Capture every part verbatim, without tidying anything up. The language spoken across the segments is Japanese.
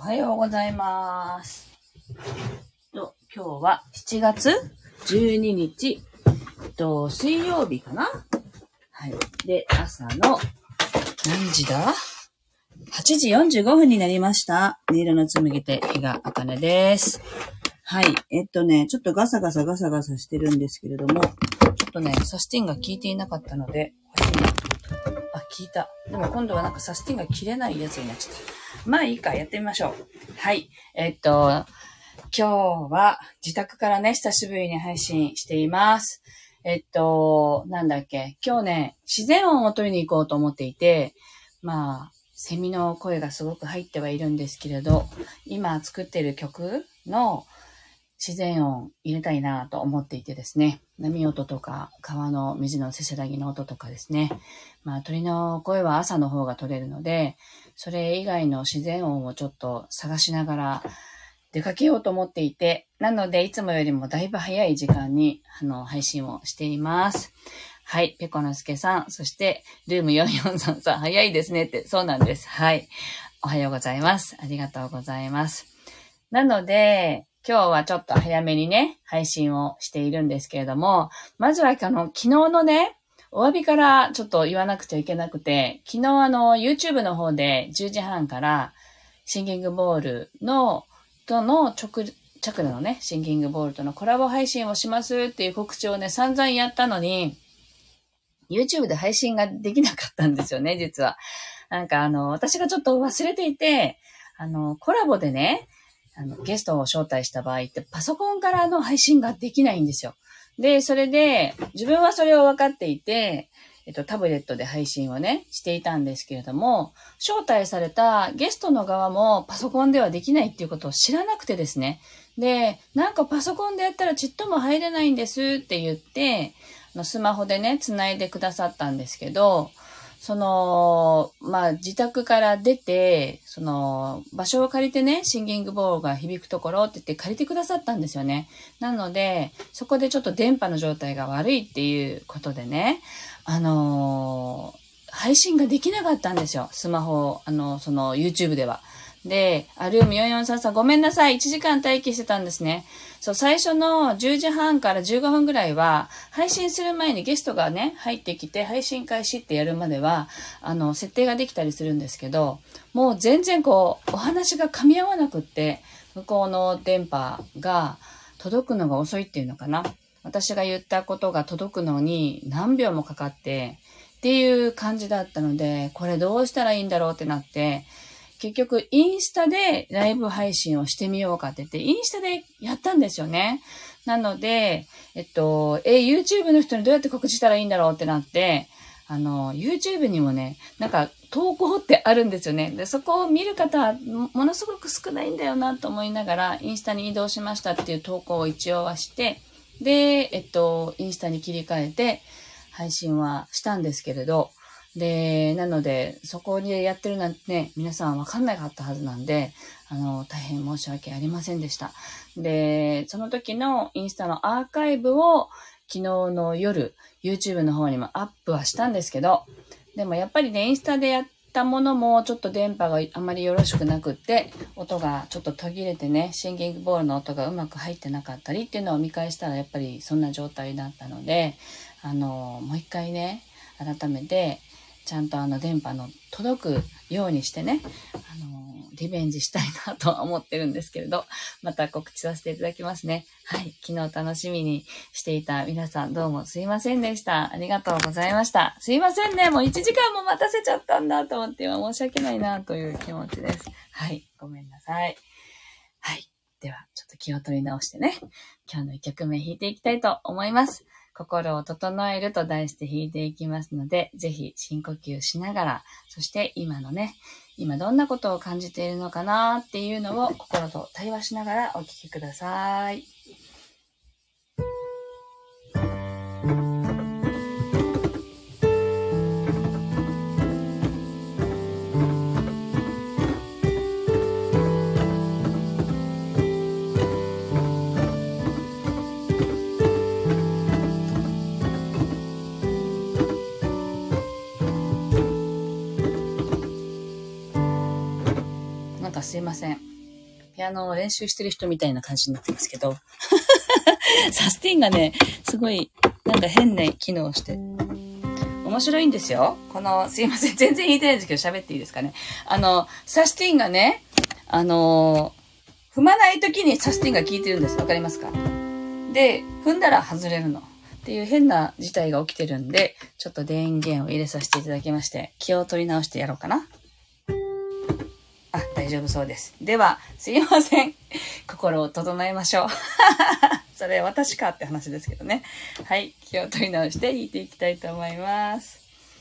はようございます。と今日はしちがつじゅうににち、と水曜日かな。はい。で、朝の何時だ ?はちじよんじゅうごふんになりました。音色の紡ぎ手、日賀あかねです。はい。えっとね、ちょっとガサガサガサガサしてるんですけれども、ちょっとね、サスティンが効いていなかったので、あ、効いた。でも今度はなんかサスティンが切れないやつになっちゃった。まあいいか、やってみましょう。はい。えっと、今日は自宅からね、久しぶりに配信しています。えっと、なんだっけ。今日ね、自然音を取りに行こうと思っていて、まあ、セミの声がすごく入ってはいるんですけれど、今作っている曲の自然音入れたいなと思っていてですね、波音とか川の水のせせらぎの音とかですね、まあ鳥の声は朝の方が取れるので、それ以外の自然音をちょっと探しながら出かけようと思っていて、なのでいつもよりもだいぶ早い時間にあの配信をしています。はい、ペコのすけさん、そしてルームよんよんさんさん、早いですねって、そうなんです。はい、おはようございます。ありがとうございます。なので、今日はちょっと早めにね、配信をしているんですけれども、まずはあの、昨日のね、お詫びからちょっと言わなくちゃいけなくて、昨日あの、YouTube の方でじゅうじはんからシンギングボールの、との直、チャクラのね、シンギングボールとのコラボ配信をしますっていう告知をね、散々やったのに、YouTube で配信ができなかったんですよね、実は。なんかあの、私がちょっと忘れていて、あの、コラボでね、あの、ゲストを招待した場合ってパソコンからの配信ができないんですよ。で、それで、自分はそれを分かっていて、えっと、タブレットで配信をね、していたんですけれども、招待されたゲストの側もパソコンではできないっていうことを知らなくてですね。で、なんかパソコンでやったらちっとも入れないんですって言って、スマホでね、繋いでくださったんですけど、その、まあ、自宅から出て、その、場所を借りてね、シンギングボールが響くところって言って借りてくださったんですよね。なので、そこでちょっと電波の状態が悪いっていうことでね、あのー、配信ができなかったんですよ。スマホ、あの、その YouTube では。で、アルームよんよんさんさんごめんなさい。いちじかん待機してたんですね。そう、最初のじゅうじはんからじゅうごふんぐらいは、配信する前にゲストがね、入ってきて、配信開始ってやるまでは、あの、設定ができたりするんですけど、もう全然こう、お話が噛み合わなくって、向こうの電波が届くのが遅いっていうのかな。私が言ったことが届くのに何秒もかかって、っていう感じだったので、これどうしたらいいんだろうってなって、結局、インスタでライブ配信をしてみようかって言って、インスタでやったんですよね。なので、えっと、え、YouTube の人にどうやって告知したらいいんだろうってなって、あの、YouTube にもね、なんか投稿ってあるんですよね。で、そこを見る方はものすごく少ないんだよなと思いながら、インスタに移動しましたっていう投稿を一応はして、で、えっと、インスタに切り替えて配信はしたんですけれど、で、なので、そこでやってるなんてね、皆さんわかんなかったはずなんで、あの、大変申し訳ありませんでした。で、その時のインスタのアーカイブを昨日の夜、YouTube の方にもアップはしたんですけど、でもやっぱりね、インスタでやったものもちょっと電波があまりよろしくなくって、音がちょっと途切れてね、シンギングボールの音がうまく入ってなかったりっていうのを見返したらやっぱりそんな状態だったので、あの、もう一回ね、改めて、ちゃんとあの電波の届くようにしてね、あのー、リベンジしたいなとは思ってるんですけれど、また告知させていただきますね。はい。昨日楽しみにしていた皆さんどうもすいませんでした。ありがとうございました。すいませんね。もういちじかんも待たせちゃったんだと思って今申し訳ないなという気持ちです。はい。ごめんなさい。はい。では、ちょっと気を取り直してね、今日のいっきょくめ弾いていきたいと思います。心を整えると題して弾いていきますので、ぜひ深呼吸しながら、そして今のね、今どんなことを感じているのかなっていうのを心と対話しながらお聞きください。すいません。 ピアノを練習してる人みたいな感じになってますけど。サスティンがね、すごい、なんか変な機能して。面白いんですよ。この、すいません。全然言いたいんですけど、喋っていいですかね。あの、サスティンがね、あのー、踏まない時にサスティンが効いてるんです。わかりますか？で、踏んだら外れるの。っていう変な事態が起きてるんで、ちょっと電源を入れさせていただきまして、気を取り直してやろうかな。あ、大丈夫そうです。では、すいません。心を整えましょう。それ私かって話ですけどね。はい。気を取り直して弾いていきたいと思います。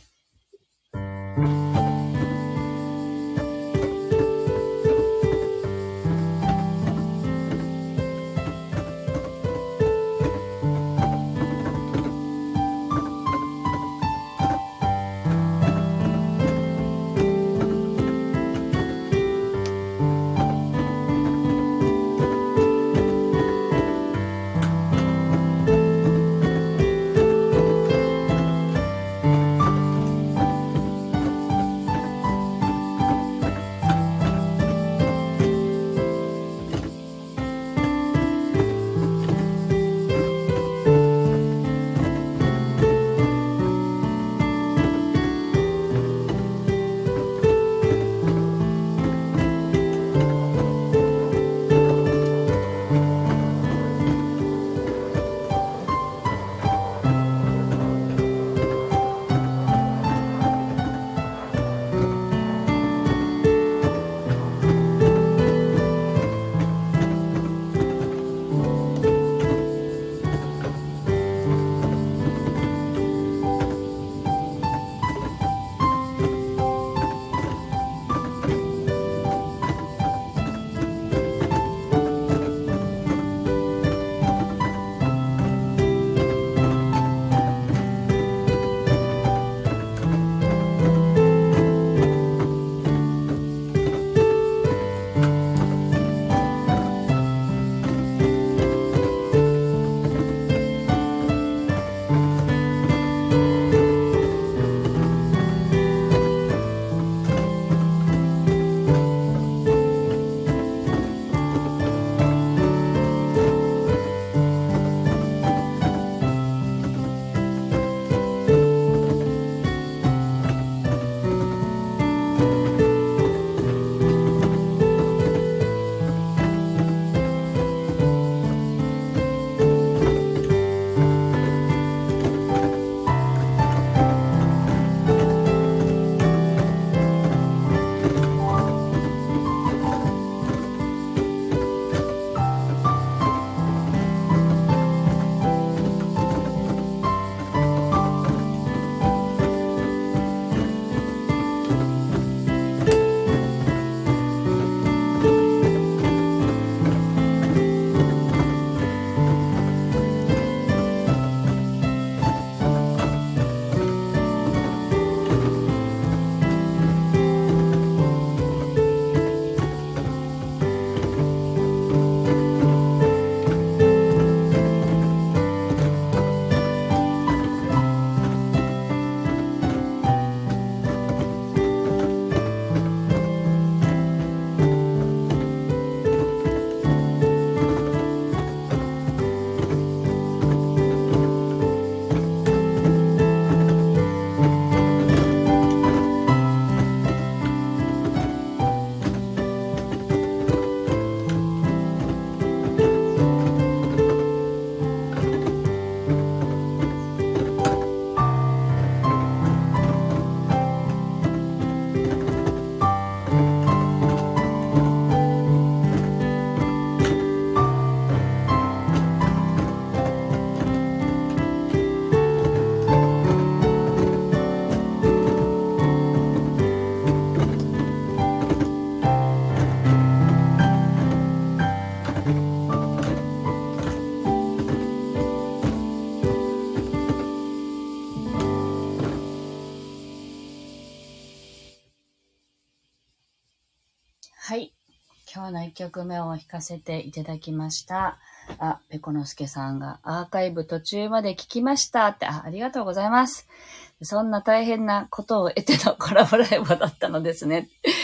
はい。今日のいっきょくめを弾かせていただきました。あ、ペコのすけさんがアーカイブ途中まで聞きましたって、あ、ありがとうございます。そんな大変なことを得てのコラボライブだったのですね。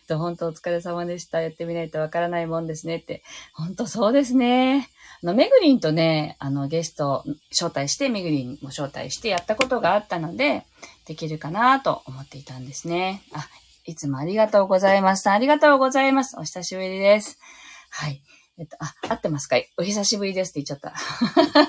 と本当お疲れ様でした。やってみないとわからないもんですねって。本当そうですね。あの、めぐりんとね、あの、ゲスト招待して、めぐりんも招待してやったことがあったので、できるかなと思っていたんですね。あ、いつもありがとうございます。ありがとうございます。お久しぶりです。はい。えっと、あ、合ってますか？お久しぶりですって言っちゃった。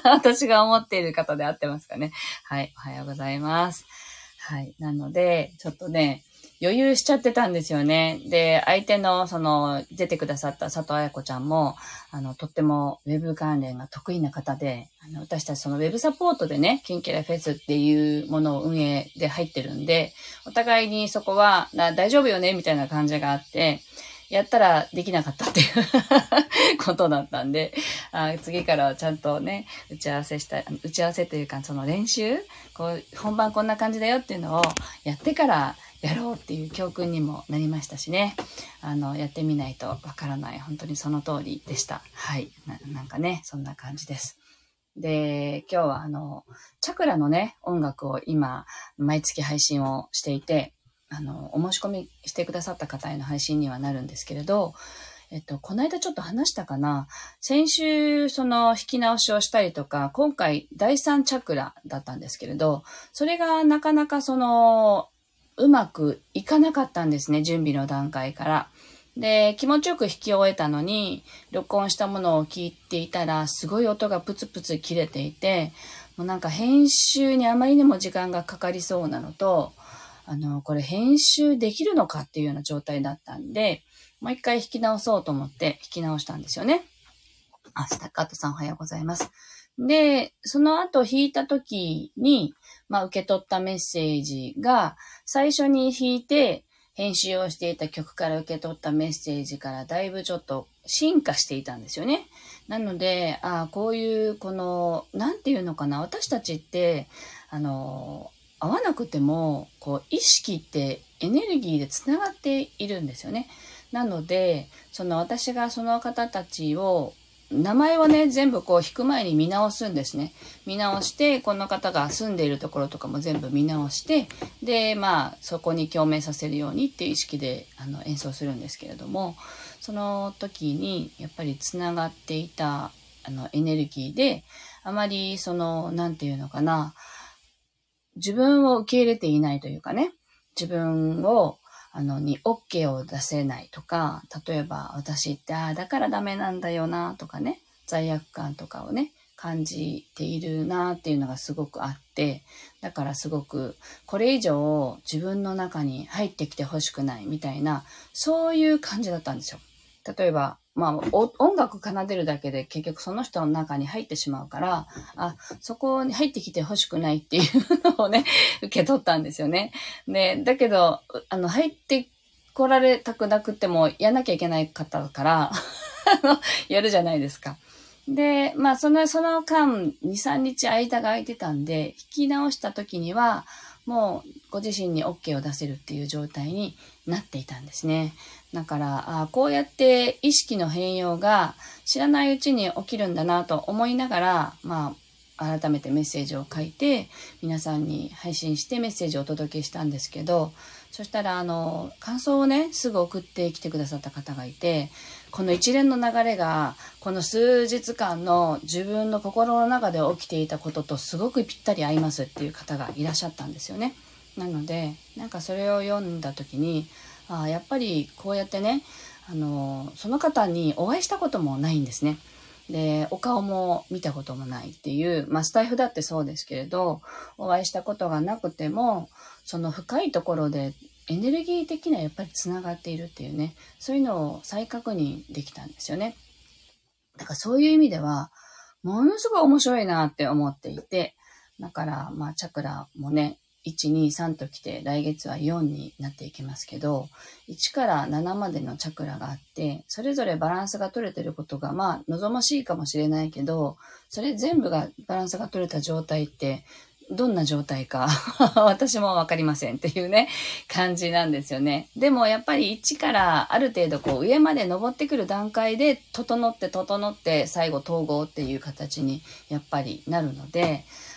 私が思っている方で合ってますかね。はい。おはようございます。はい。なので、ちょっとね、余裕しちゃってたんですよね。で、相手の、その、出てくださった佐藤彩子ちゃんも、あの、とってもウェブ関連が得意な方で、あの、私たちそのウェブサポートでね、キンキラフェスっていうものを運営で入ってるんで、お互いにそこは、大丈夫よねみたいな感じがあって、やったらできなかったっていうことだったんで、あ、次からはちゃんとね、打ち合わせした、打ち合わせというか、その練習、こう、本番こんな感じだよっていうのをやってからやろうっていう教訓にもなりましたしね。あの、やってみないとわからない。本当にその通りでした。はい。な、なんかね、そんな感じです。で、今日はあの、チャクラのね、音楽を今、毎月配信をしていて、あの、お申し込みしてくださった方への配信にはなるんですけれど、えっと、この間ちょっと話したかな。先週、その、弾き直しをしたりとか、今回、だいさんチャクラだったんですけれど、それがなかなかその、うまくいかなかったんですね、準備の段階から。で、気持ちよく弾き終えたのに、録音したものを聞いていたら、すごい音がプツプツ切れていて、もうなんか編集にあまりにも時間がかかりそうなのと、あの、これ編集できるのかっていうような状態だったんで、もう一回弾き直そうと思って弾き直したんですよね。あ、スタッカートさんおはようございます。で、その後弾いた時に、まあ受け取ったメッセージが、最初に弾いて編集をしていた曲から受け取ったメッセージからだいぶちょっと進化していたんですよね。なので、あ、こういうこの、なんていうのかな、私たちって、あの、合わなくても、こう、意識ってエネルギーでつながっているんですよね。なので、その私がその方たちを、名前をね、全部こう弾く前に見直すんですね。見直して、この方が住んでいるところとかも全部見直して、で、まあ、そこに共鳴させるようにっていう意識であの演奏するんですけれども、その時にやっぱりつながっていたあのエネルギーで、あまりその、なんていうのかな、自分を受け入れていないというかね、自分を、あの、に OK を出せないとか、例えば私って、ああ、だからダメなんだよなとかね、罪悪感とかをね、感じているなっていうのがすごくあって、だからすごくこれ以上自分の中に入ってきてほしくないみたいな、そういう感じだったんですよ。例えば、まあ、音楽奏でるだけで結局その人の中に入ってしまうから、あ、そこに入ってきてほしくないっていうのをね、受け取ったんですよね。で、だけど、あの、入って来られたくなくてもやんなきゃいけない方だから、あの、やるじゃないですか。で、まあ、その、その間、に、さんにち間が空いてたんで、弾き直した時には、もう、ご自身に OK を出せるっていう状態になっていたんですね。だから、あ、こうやって意識の変容が知らないうちに起きるんだなと思いながら、まあ、改めてメッセージを書いて、皆さんに配信してメッセージをお届けしたんですけど、そしたら、あの、感想をね、すぐ送ってきてくださった方がいて、この一連の流れが、この数日間の自分の心の中で起きていたこととすごくぴったり合いますっていう方がいらっしゃったんですよね。なので、なんかそれを読んだ時に、あ、やっぱりこうやってね、あの、その方にお会いしたこともないんですね。で、お顔も見たこともないっていう、まあスタイフだってそうですけれど、お会いしたことがなくても、その深いところでエネルギー的にはやっぱりつながっているっていうね、そういうのを再確認できたんですよね。だからそういう意味では、ものすごい面白いなって思っていて、だから、まあチャクラもね、いち、に、さんと来て、来月はよんになっていきますけど、いちからななまでのチャクラがあって、それぞれバランスが取れてることが、まあ、望ましいかもしれないけど、それ全部がバランスが取れた状態って、どんな状態か私もわかりませんっていうね、感じなんですよね。でもやっぱりいちからある程度こう上まで登ってくる段階で、整って整って最後統合っていう形にやっぱりなるので、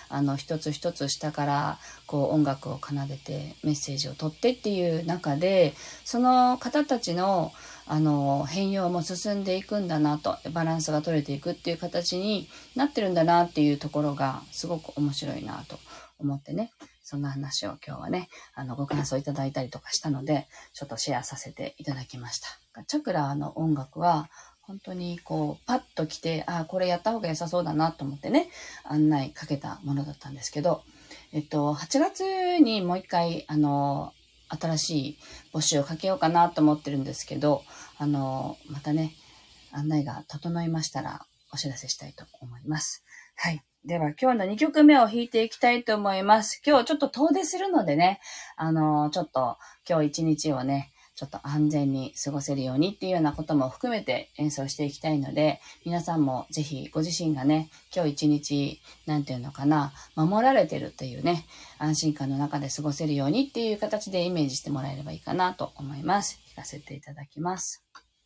あの、一つ一つ下から、こう、音楽を奏でて、メッセージを取ってっていう中で、その方たちの、あの、変容も進んでいくんだなと、バランスが取れていくっていう形になってるんだなっていうところが、すごく面白いなと思ってね、そんな話を今日はね、あの、ご感想いただいたりとかしたので、ちょっとシェアさせていただきました。チャクラの音楽は、本当にこう、パッと来て、あ、これやった方が良さそうだなと思ってね、案内かけたものだったんですけど、えっと、はちがつにもう一回、あの、新しい募集をかけようかなと思ってるんですけど、あの、またね、案内が整いましたらお知らせしたいと思います。はい。では今日のにきょくめを弾いていきたいと思います。今日ちょっと遠出するのでね、あの、ちょっと今日一日をね、ちょっと安全に過ごせるようにっていうようなことも含めて演奏していきたいので、皆さんもぜひご自身がね、今日一日、なんていうのかな、守られてるっていうね、安心感の中で過ごせるようにっていう形でイメージしてもらえればいいかなと思います。弾かせていただきます。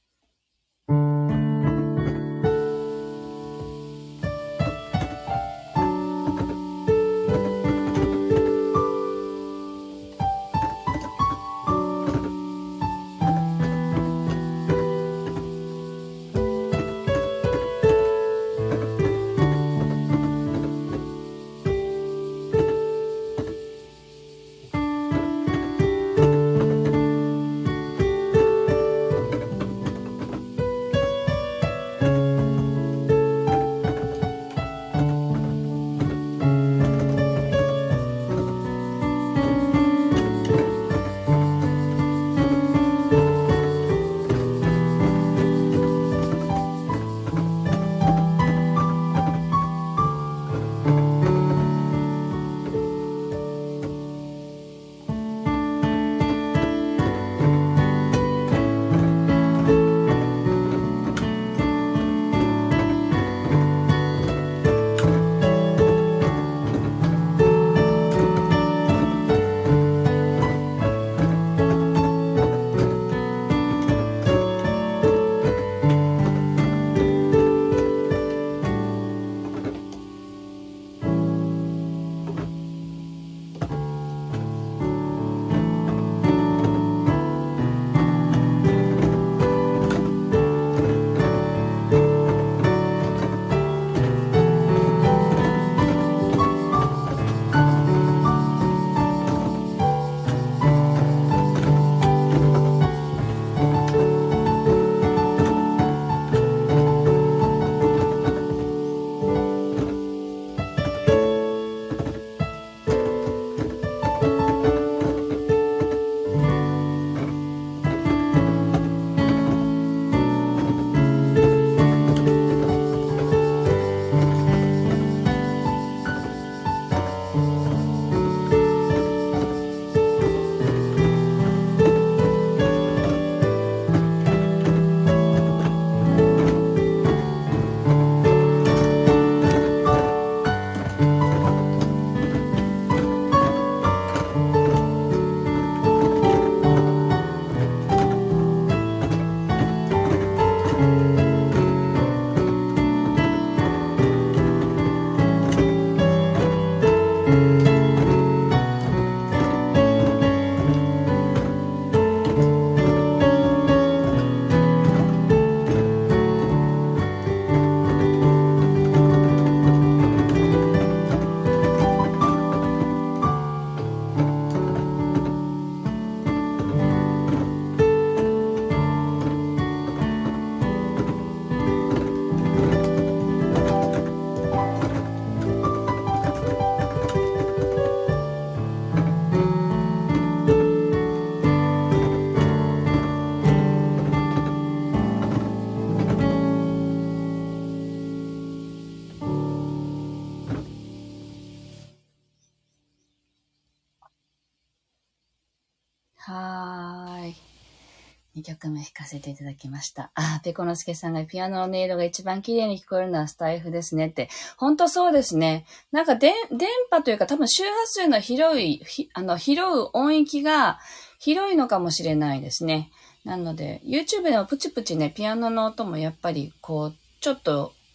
はーい。にきょくめ弾かせていただきました。あ、ペコのすけさんがピアノの音色が一番綺麗に聞こえるのはスタイフですねって。本当そうですね。なんかで電波というか多分周波数の広い、あの、拾う音域が広いのかもしれないですね。なので、YouTube でもプチプチね、ピアノの音もやっぱりこう、ちょっと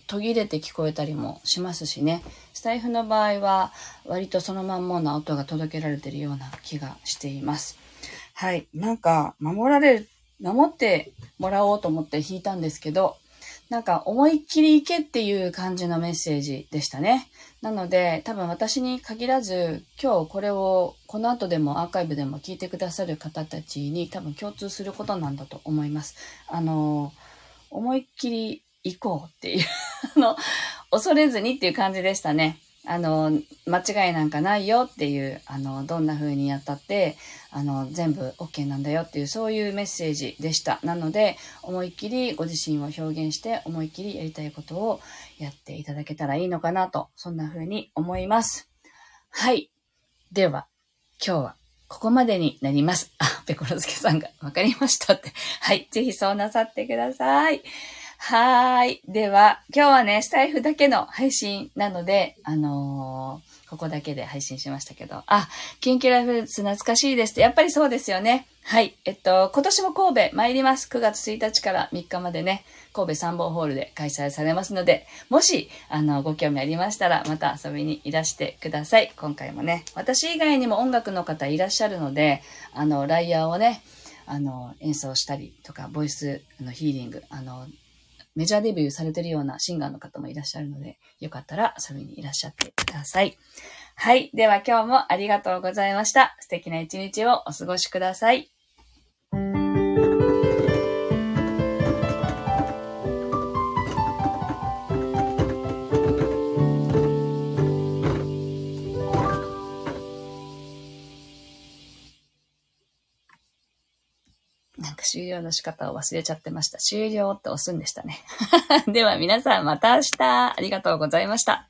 途切れて聞こえたりもしますしね。スタイフの場合は割とそのまんまな音が届けられているような気がしています。はい。なんか守られる、守ってもらおうと思って弾いたんですけど、なんか思いっきりいけっていう感じのメッセージでしたね。なので多分私に限らず今日これをこの後でもアーカイブでも聞いてくださる方たちに多分共通することなんだと思います。あの、思いっきり行こうっていうあの、恐れずにっていう感じでしたね。あの、間違いなんかないよっていう、あの、どんな風にやったって、あの、全部 OK なんだよっていう、そういうメッセージでした。なので、思いっきりご自身を表現して、思いっきりやりたいことをやっていただけたらいいのかなと、そんな風に思います。はい。では、今日はここまでになります。あ、ペコロスケさんがわかりましたって。はい。ぜひそうなさってください。はーい。では、今日はね、スタイフだけの配信なので、あのー、ここだけで配信しましたけど、あ、キンキラフルーツ懐かしいですって、やっぱりそうですよね。はい。えっと、今年も神戸参ります。くがつついたちからみっかまでね、神戸参謀ホールで開催されますので、もし、あの、ご興味ありましたら、また遊びにいらしてください。今回もね、私以外にも音楽の方いらっしゃるので、あの、ライヤーをね、あの、演奏したりとか、ボイスのヒーリング、あの、メジャーデビューされてるようなシンガーの方もいらっしゃるので、よかったら遊びにいらっしゃってください。はい。では今日もありがとうございました。素敵な一日をお過ごしください。なんか終了の仕方を忘れちゃってました。終了って押すんでしたね。では皆さんまた明日。ありがとうございました。